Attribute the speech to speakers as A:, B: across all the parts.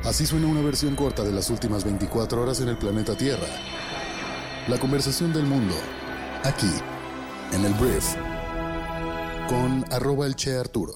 A: Así suena una versión corta de las últimas 24 horas en el planeta Tierra. La conversación del mundo, aquí, en el Brief, con @elCheArturo.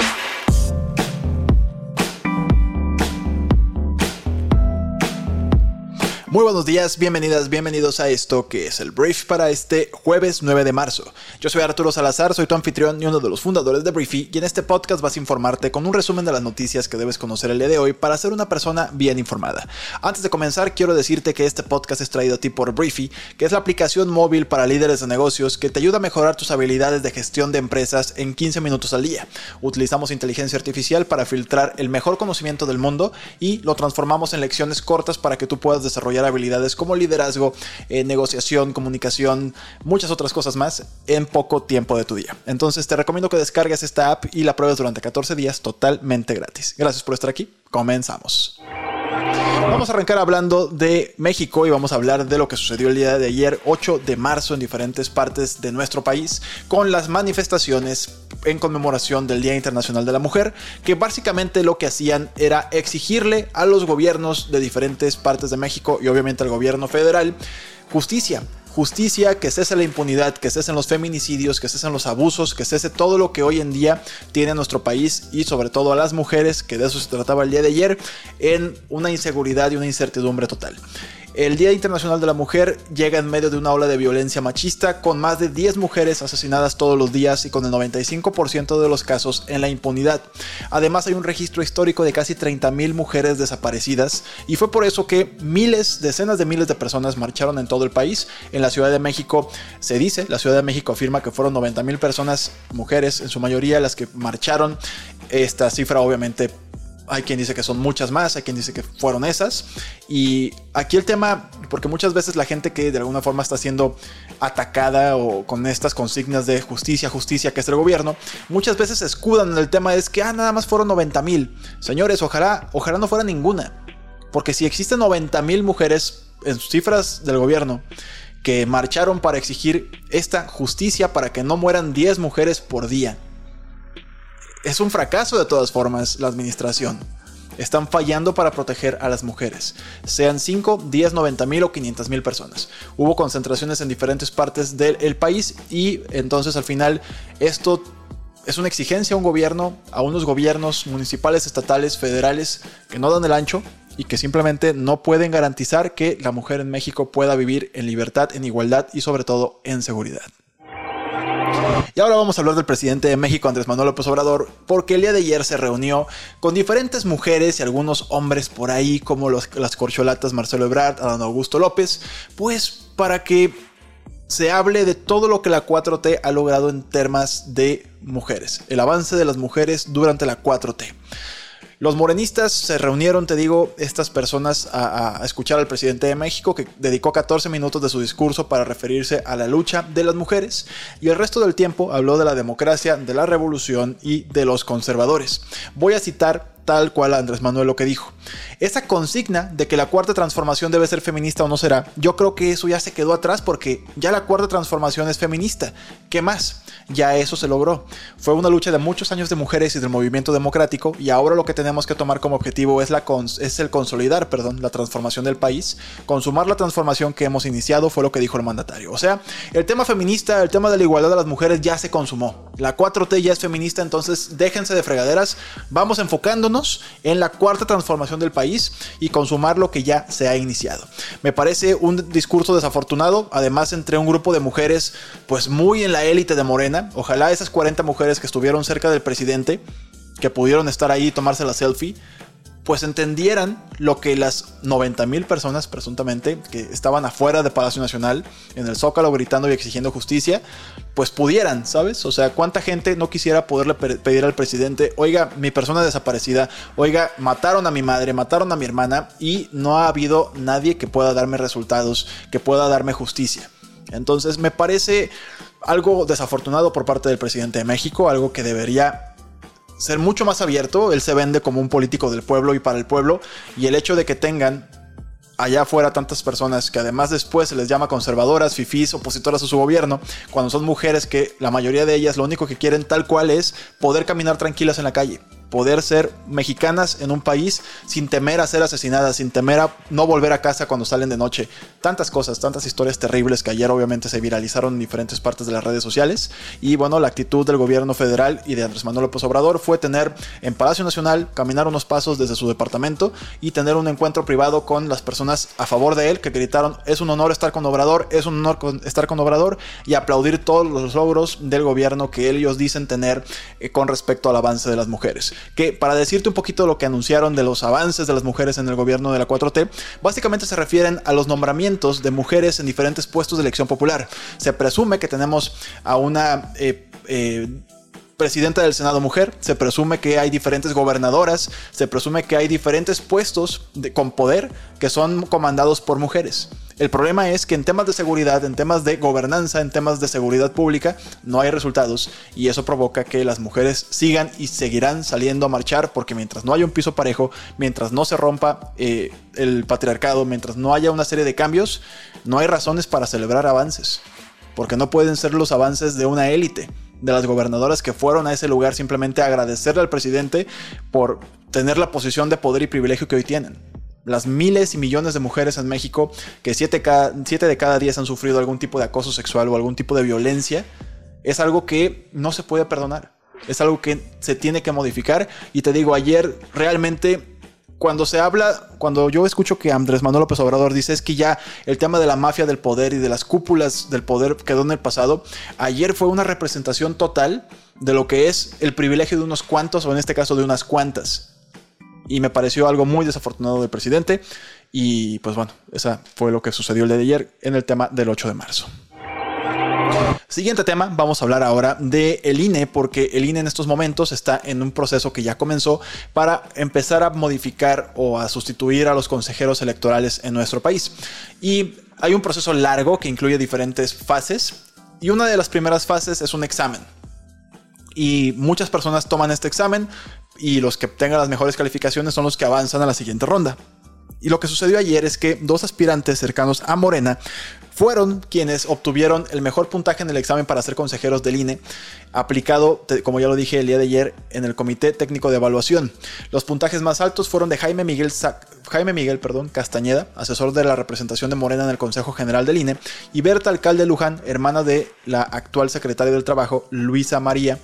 B: Muy buenos días, bienvenidas, bienvenidos a esto que es el Brief para este jueves 9 de marzo. Yo soy Arturo Salazar, soy tu anfitrión y uno de los fundadores de Briefy, y en este podcast vas a informarte con un resumen de las noticias que debes conocer el día de hoy para ser una persona bien informada. Antes de comenzar, quiero decirte que este podcast es traído a ti por Briefy, que es la aplicación móvil para líderes de negocios que te ayuda a mejorar tus habilidades de gestión de empresas en 15 minutos al día. Utilizamos inteligencia artificial para filtrar el mejor conocimiento del mundo y lo transformamos en lecciones cortas para que tú puedas desarrollar habilidades como liderazgo, negociación, comunicación, muchas otras cosas más en poco tiempo de tu día. Entonces te recomiendo que descargues esta app y la pruebes durante 14 días totalmente gratis. Gracias por estar aquí. Comenzamos. Vamos a arrancar hablando de México y vamos a hablar de lo que sucedió el día de ayer, 8 de marzo, en diferentes partes de nuestro país, con las manifestaciones en conmemoración del Día Internacional de la Mujer, que básicamente lo que hacían era exigirle a los gobiernos de diferentes partes de México y obviamente al gobierno federal justicia, que cese la impunidad, que cesen los feminicidios, que cesen los abusos, que cese todo lo que hoy en día tiene nuestro país y sobre todo a las mujeres, que de eso se trataba el día de ayer, en una inseguridad y una incertidumbre total. El Día Internacional de la Mujer llega en medio de una ola de violencia machista, con más de 10 mujeres asesinadas todos los días y con el 95% de los casos en la impunidad. Además hay un registro histórico de casi 30,000 mujeres desaparecidas y fue por eso que decenas de miles de personas marcharon en todo el país. En la Ciudad de México la Ciudad de México afirma que fueron 90,000 personas, mujeres en su mayoría, las que marcharon. Esta cifra obviamente hay quien dice que son muchas más, hay quien dice que fueron esas. Y aquí el tema, porque muchas veces la gente que de alguna forma está siendo atacada o con estas consignas de justicia, que es el gobierno, muchas veces se escudan en el tema es que nada más fueron 90,000. Señores, ojalá no fuera ninguna. Porque si existen 90,000 mujeres en sus cifras del gobierno que marcharon para exigir esta justicia para que no mueran 10 mujeres por día, es un fracaso de todas formas la administración. Están fallando para proteger a las mujeres, sean 5, 10, 90,000 o 500,000 personas. Hubo concentraciones en diferentes partes del país y entonces al final esto es una exigencia a unos gobiernos municipales, estatales, federales que no dan el ancho y que simplemente no pueden garantizar que la mujer en México pueda vivir en libertad, en igualdad y sobre todo en seguridad. Y ahora vamos a hablar del presidente de México, Andrés Manuel López Obrador, porque el día de ayer se reunió con diferentes mujeres y algunos hombres por ahí, como las corcholatas Marcelo Ebrard, Adán Augusto López, pues para que se hable de todo lo que la 4T ha logrado en temas de mujeres, el avance de las mujeres durante la 4T. Los morenistas se reunieron, estas personas a escuchar al presidente de México, que dedicó 14 minutos de su discurso para referirse a la lucha de las mujeres, y el resto del tiempo habló de la democracia, de la revolución y de los conservadores. Voy a citar tal cual a Andrés Manuel lo que dijo. Esa consigna de que la cuarta transformación debe ser feminista o no será, yo creo que eso ya se quedó atrás porque ya la cuarta transformación es feminista. ¿Qué más? Ya eso se logró. Fue una lucha de muchos años de mujeres y del movimiento democrático y ahora lo que tenemos que tomar como objetivo es el consolidar la transformación del país. Consumar la transformación que hemos iniciado fue lo que dijo el mandatario. O sea, el tema feminista, el tema de la igualdad de las mujeres ya se consumó. La 4T ya es feminista, entonces déjense de fregaderas. Vamos enfocándonos en la cuarta transformación del país y consumar lo que ya se ha iniciado. Me parece un discurso desafortunado, además entre un grupo de mujeres pues muy en la élite de Morena. Ojalá esas 40 mujeres que estuvieron cerca del presidente, que pudieron estar ahí y tomarse la selfie, pues entendieran lo que las 90,000 personas presuntamente que estaban afuera de Palacio Nacional, en el Zócalo gritando y exigiendo justicia, pues pudieran, ¿sabes? O sea, ¿cuánta gente no quisiera poderle pedir al presidente, oiga, mi persona desaparecida, oiga, mataron a mi madre, mataron a mi hermana y no ha habido nadie que pueda darme resultados, que pueda darme justicia? Entonces me parece algo desafortunado por parte del presidente de México, algo que debería ser mucho más abierto. Él se vende como un político del pueblo y para el pueblo, y el hecho de que tengan allá afuera tantas personas que además después se les llama conservadoras, fifís, opositoras a su gobierno, cuando son mujeres que la mayoría de ellas lo único que quieren tal cual es poder caminar tranquilas en la calle. poder ser mexicanas en un país sin temer a ser asesinadas, sin temer a no volver a casa cuando salen de noche. Tantas cosas, tantas historias terribles que ayer obviamente se viralizaron en diferentes partes de las redes sociales. Y bueno, la actitud del gobierno federal y de Andrés Manuel López Obrador fue tener en Palacio Nacional, caminar unos pasos desde su departamento y tener un encuentro privado con las personas a favor de él, que gritaron: es un honor estar con Obrador, es un honor estar con Obrador, y aplaudir todos los logros del gobierno que ellos dicen tener con respecto al avance de las mujeres. Que para decirte un poquito lo que anunciaron de los avances de las mujeres en el gobierno de la 4T, básicamente se refieren a los nombramientos de mujeres en diferentes puestos de elección popular. Se presume que tenemos a una presidenta del Senado mujer, se presume que hay diferentes gobernadoras, se presume que hay diferentes puestos con poder que son comandados por mujeres. El problema es que en temas de seguridad, en temas de gobernanza, en temas de seguridad pública, no hay resultados, y eso provoca que las mujeres sigan y seguirán saliendo a marchar, porque mientras no haya un piso parejo, mientras no se rompa el patriarcado, mientras no haya una serie de cambios, no hay razones para celebrar avances, porque no pueden ser los avances de una élite, de las gobernadoras que fueron a ese lugar simplemente a agradecerle al presidente por tener la posición de poder y privilegio que hoy tienen. Las miles y millones de mujeres en México, que 7 de cada 10 han sufrido algún tipo de acoso sexual o algún tipo de violencia, es algo que no se puede perdonar. Es algo que se tiene que modificar. Y te digo, ayer realmente, cuando yo escucho que Andrés Manuel López Obrador dice es que ya el tema de la mafia del poder y de las cúpulas del poder quedó en el pasado, ayer fue una representación total de lo que es el privilegio de unos cuantos, o en este caso de unas cuantas. Y me pareció algo muy desafortunado del presidente. Y pues bueno, esa fue lo que sucedió el día de ayer en el tema del 8 de marzo. Siguiente tema, vamos a hablar ahora del INE, porque el INE en estos momentos está en un proceso que ya comenzó para empezar a modificar o a sustituir a los consejeros electorales en nuestro país. Y hay un proceso largo que incluye diferentes fases, y una de las primeras fases es un examen. Y muchas personas toman este examen, y los que tengan las mejores calificaciones son los que avanzan a la siguiente ronda. Y lo que sucedió ayer es que 2 aspirantes cercanos a Morena fueron quienes obtuvieron el mejor puntaje en el examen para ser consejeros del INE, aplicado, como ya lo dije el día de ayer, en el Comité Técnico de Evaluación. Los puntajes más altos fueron de Jaime Miguel Castañeda, asesor de la representación de Morena en el Consejo General del INE, y Berta Alcalde Luján, hermana de la actual secretaria del Trabajo, Luisa María,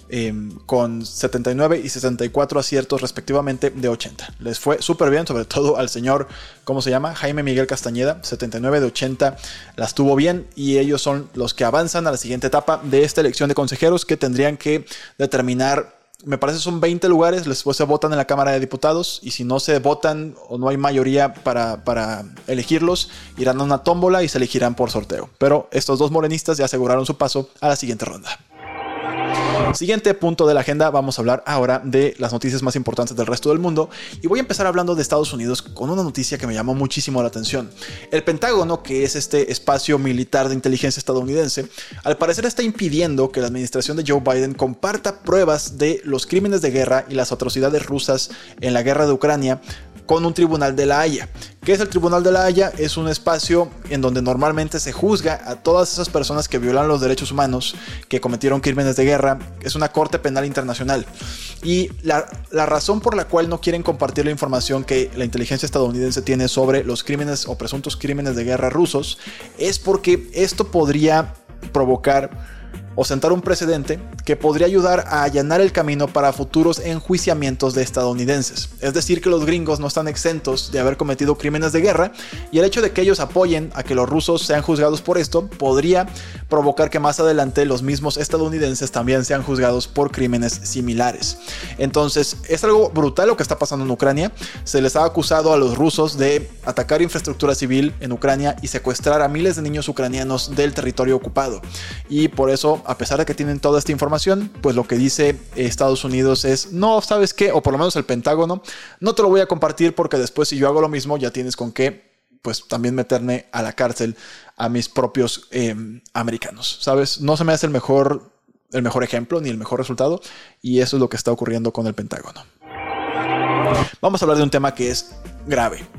B: con 79 y 64 aciertos respectivamente de 80. Les fue súper bien, sobre todo al señor, ¿cómo se llama? Jaime Miguel Castañeda, 79 de 80 las tuvo bien, y ellos son los que avanzan a la siguiente etapa de esta elección de consejeros, que tendrían que determinar, me parece son 20 lugares, después se votan en la Cámara de Diputados, y si no se votan o no hay mayoría para elegirlos, irán a una tómbola y se elegirán por sorteo. Pero estos 2 morenistas ya aseguraron su paso a la siguiente ronda. Siguiente punto de la agenda, vamos a hablar ahora de las noticias más importantes del resto del mundo, y voy a empezar hablando de Estados Unidos con una noticia que me llamó muchísimo la atención. El Pentágono, que es este espacio militar de inteligencia estadounidense, al parecer está impidiendo que la administración de Joe Biden comparta pruebas de los crímenes de guerra y las atrocidades rusas en la guerra de Ucrania con un tribunal de La Haya. ¿Qué es el Tribunal de La Haya? Es un espacio en donde normalmente se juzga a todas esas personas que violan los derechos humanos, que cometieron crímenes de guerra. Es una corte penal internacional. Y la razón por la cual no quieren compartir la información que la inteligencia estadounidense tiene sobre los crímenes o presuntos crímenes de guerra rusos es porque esto podría provocar o sentar un precedente que podría ayudar a allanar el camino para futuros enjuiciamientos de estadounidenses. Es decir, que los gringos no están exentos de haber cometido crímenes de guerra, y el hecho de que ellos apoyen a que los rusos sean juzgados por esto podría provocar que más adelante los mismos estadounidenses también sean juzgados por crímenes similares. Entonces, es algo brutal lo que está pasando en Ucrania. Se les ha acusado a los rusos de atacar infraestructura civil en Ucrania y secuestrar a miles de niños ucranianos del territorio ocupado. Y por eso, a pesar de que tienen toda esta información, pues lo que dice Estados Unidos es: no, ¿sabes qué? O por lo menos el Pentágono, no te lo voy a compartir, porque después, si yo hago lo mismo, ya tienes con qué, pues también meterme a la cárcel a mis propios americanos, ¿sabes? No se me hace el mejor ejemplo ni el mejor resultado, y eso es lo que está ocurriendo con el Pentágono. Vamos a hablar de un tema que es grave,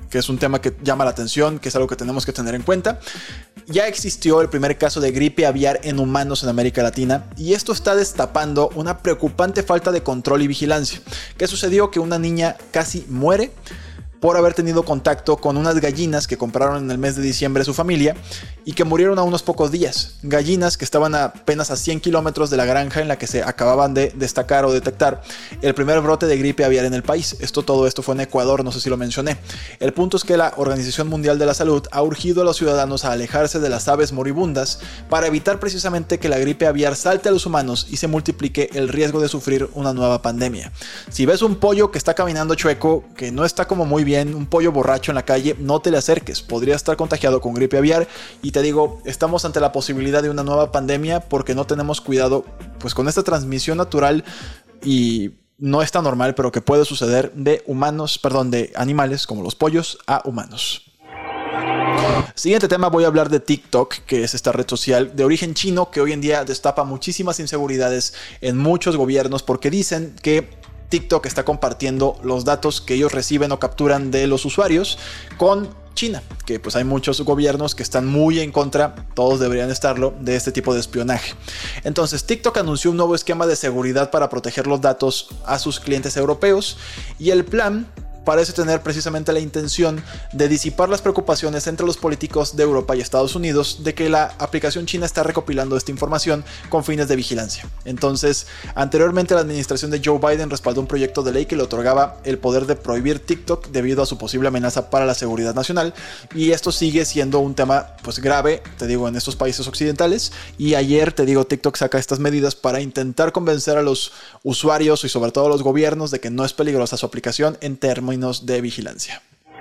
B: que es un tema que llama la atención, que es algo que tenemos que tener en cuenta. Ya existió el primer caso de gripe aviar en humanos en América Latina y esto está destapando una preocupante falta de control y vigilancia. ¿Qué sucedió? Que una niña casi muere por haber tenido contacto con unas gallinas que compraron en el mes de diciembre su familia y que murieron a unos pocos días. Gallinas que estaban apenas a 100 kilómetros de la granja en la que se acababan de destacar o detectar el primer brote de gripe aviar en el país. Todo esto fue en Ecuador, no sé si lo mencioné. El punto es que la Organización Mundial de la Salud ha urgido a los ciudadanos a alejarse de las aves moribundas para evitar precisamente que la gripe aviar salte a los humanos y se multiplique el riesgo de sufrir una nueva pandemia. Si ves un pollo que está caminando chueco, que no está como muy bien, un pollo borracho en la calle, no te le acerques, podría estar contagiado con gripe aviar. Y te digo, estamos ante la posibilidad de una nueva pandemia porque no tenemos cuidado pues con esta transmisión natural y no está normal, pero que puede suceder de animales como los pollos a humanos. Siguiente tema, voy a hablar de TikTok, que es esta red social de origen chino que hoy en día destapa muchísimas inseguridades en muchos gobiernos porque dicen que TikTok está compartiendo los datos que ellos reciben o capturan de los usuarios con China, que pues hay muchos gobiernos que están muy en contra, todos deberían estarlo, de este tipo de espionaje. Entonces TikTok anunció un nuevo esquema de seguridad para proteger los datos a sus clientes europeos y el plan parece tener precisamente la intención de disipar las preocupaciones entre los políticos de Europa y Estados Unidos de que la aplicación china está recopilando esta información con fines de vigilancia. Entonces, anteriormente la administración de Joe Biden respaldó un proyecto de ley que le otorgaba el poder de prohibir TikTok debido a su posible amenaza para la seguridad nacional, y esto sigue siendo un tema pues grave, te digo, en estos países occidentales, y ayer, te digo, TikTok saca estas medidas para intentar convencer a los usuarios y sobre todo a los gobiernos de que no es peligrosa su aplicación en términos de vigilancia.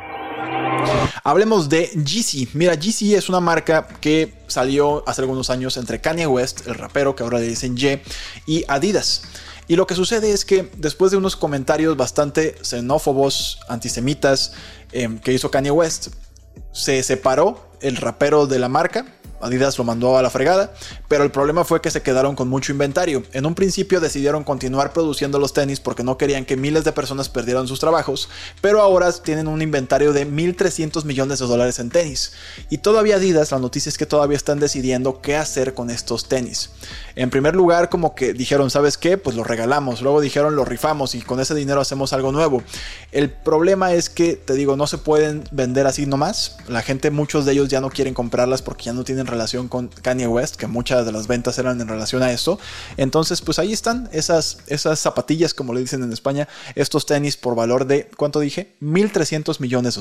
B: Hablemos de Yeezy. Mira, Yeezy es una marca que salió hace algunos años entre Kanye West, el rapero que ahora le dicen Ye, y Adidas. Y lo que sucede es que después de unos comentarios bastante xenófobos, antisemitas, que hizo Kanye West, se separó el rapero de la marca. Adidas lo mandó a la fregada, pero el problema fue que se quedaron con mucho inventario. En un principio decidieron continuar produciendo los tenis porque no querían que miles de personas perdieran sus trabajos, pero ahora tienen un inventario de $1,300 millones en tenis. Y todavía Adidas, la noticia es que todavía están decidiendo qué hacer con estos tenis. En primer lugar, como que dijeron, ¿sabes qué? Pues los regalamos. Luego dijeron, los rifamos y con ese dinero hacemos algo nuevo. El problema es que, te digo, no se pueden vender así nomás. La gente, muchos de ellos ya no quieren comprarlas porque ya no tienen relación con Kanye West, que muchas de las ventas eran en relación a esto. Entonces pues ahí están esas zapatillas, como le dicen en España, estos tenis por valor de, ¿cuánto dije? $1,300 millones.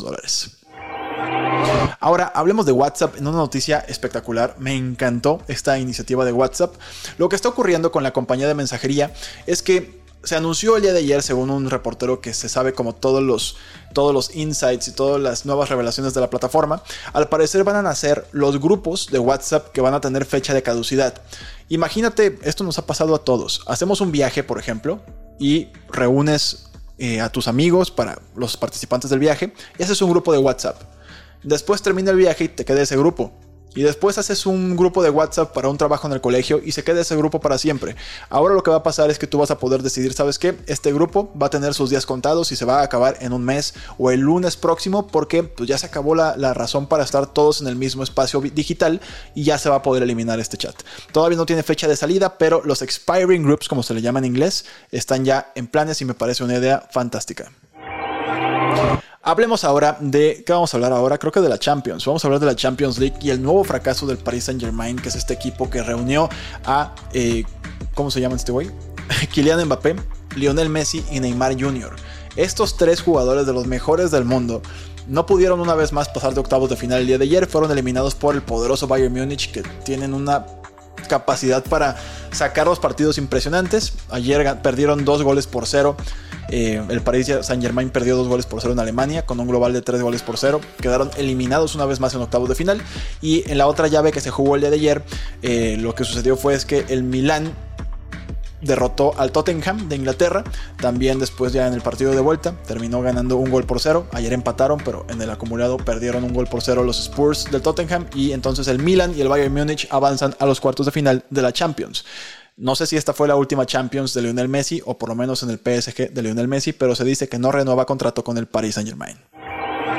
B: Ahora hablemos de WhatsApp en una noticia espectacular. Me encantó esta iniciativa de WhatsApp. Lo que está ocurriendo con la compañía de mensajería es que se anunció el día de ayer, según un reportero que se sabe como todos los insights y todas las nuevas revelaciones de la plataforma, al parecer van a nacer los grupos de WhatsApp que van a tener fecha de caducidad. Imagínate, esto nos ha pasado a todos. Hacemos un viaje, por ejemplo, y reúnes a tus amigos, para los participantes del viaje, y haces un grupo de WhatsApp. Después termina el viaje y te queda ese grupo. Y después haces un grupo de WhatsApp para un trabajo en el colegio y se queda ese grupo para siempre. Ahora lo que va a pasar es que tú vas a poder decidir, ¿sabes qué? Este grupo va a tener sus días contados y se va a acabar en un mes o el lunes próximo porque pues, ya se acabó la razón para estar todos en el mismo espacio digital y ya se va a poder eliminar este chat. Todavía no tiene fecha de salida, pero los expiring groups, como se le llama en inglés, están ya en planes y me parece una idea fantástica. Hablemos ahora de... ¿Qué vamos a hablar ahora? Creo que de la Champions. Vamos a hablar de la Champions League y el nuevo fracaso del Paris Saint-Germain, que es este equipo que reunió a... ¿cómo se llama este güey? Kylian Mbappé, Lionel Messi y Neymar Jr. Estos tres jugadores de los mejores del mundo no pudieron una vez más pasar de octavos de final el día de ayer. Fueron eliminados por el poderoso Bayern Múnich, que tienen una capacidad para sacar los partidos impresionantes. Ayer perdieron 2-0. El Paris Saint-Germain perdió 2-0 en Alemania con un global de 3-0. Quedaron eliminados una vez más en octavos de final. Y en la otra llave que se jugó el día de ayer, lo que sucedió fue que el Milán derrotó al Tottenham de Inglaterra. También después, ya en el partido de vuelta, terminó ganando 1-0. Ayer empataron, pero en el acumulado perdieron 1-0 los Spurs del Tottenham. Y entonces el Milan y el Bayern Múnich avanzan a los cuartos de final de la Champions. No sé si esta fue la última Champions de Lionel Messi, o por lo menos en el PSG de Lionel Messi, pero se dice que no renueva contrato con el Paris Saint-Germain.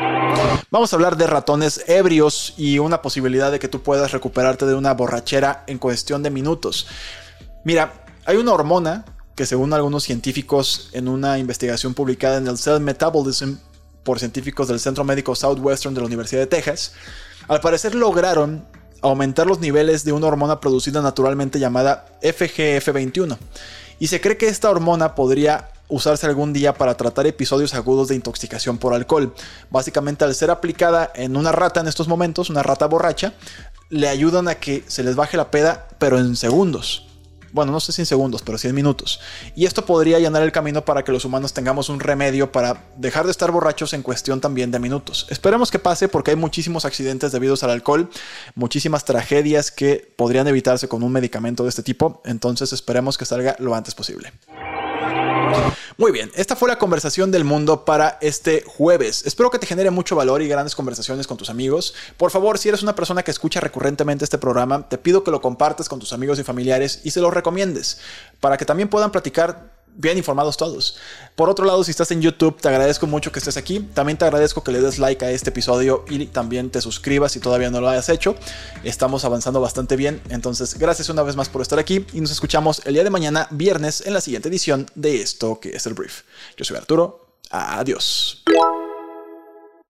B: Vamos a hablar de ratones ebrios y una posibilidad de que tú puedas recuperarte de una borrachera en cuestión de minutos. Mira, hay una hormona que según algunos científicos en una investigación publicada en el Cell Metabolism por científicos del Centro Médico Southwestern de la Universidad de Texas, al parecer lograron aumentar los niveles de una hormona producida naturalmente llamada FGF21. Y se cree que esta hormona podría usarse algún día para tratar episodios agudos de intoxicación por alcohol. Básicamente, al ser aplicada en una rata en estos momentos, una rata borracha, le ayudan a que se les baje la peda, pero en segundos. Bueno, no sé si en segundos, pero sí en minutos. Y esto podría allanar el camino para que los humanos tengamos un remedio para dejar de estar borrachos en cuestión también de minutos. Esperemos que pase porque hay muchísimos accidentes debidos al alcohol, muchísimas tragedias que podrían evitarse con un medicamento de este tipo. Entonces esperemos que salga lo antes posible. Muy bien, esta fue la conversación del mundo para este jueves. Espero que te genere mucho valor y grandes conversaciones con tus amigos. Por favor, si eres una persona que escucha recurrentemente este programa, te pido que lo compartas con tus amigos y familiares y se lo recomiendes para que también puedan platicar bien informados todos. Por otro lado, si estás en YouTube, te agradezco mucho que estés aquí. También te agradezco que le des like a este episodio y también te suscribas si todavía no lo hayas hecho. Estamos avanzando bastante bien. Entonces, gracias una vez más por estar aquí y nos escuchamos el día de mañana, viernes, en la siguiente edición de esto que es el Brief. Yo soy Arturo. Adiós.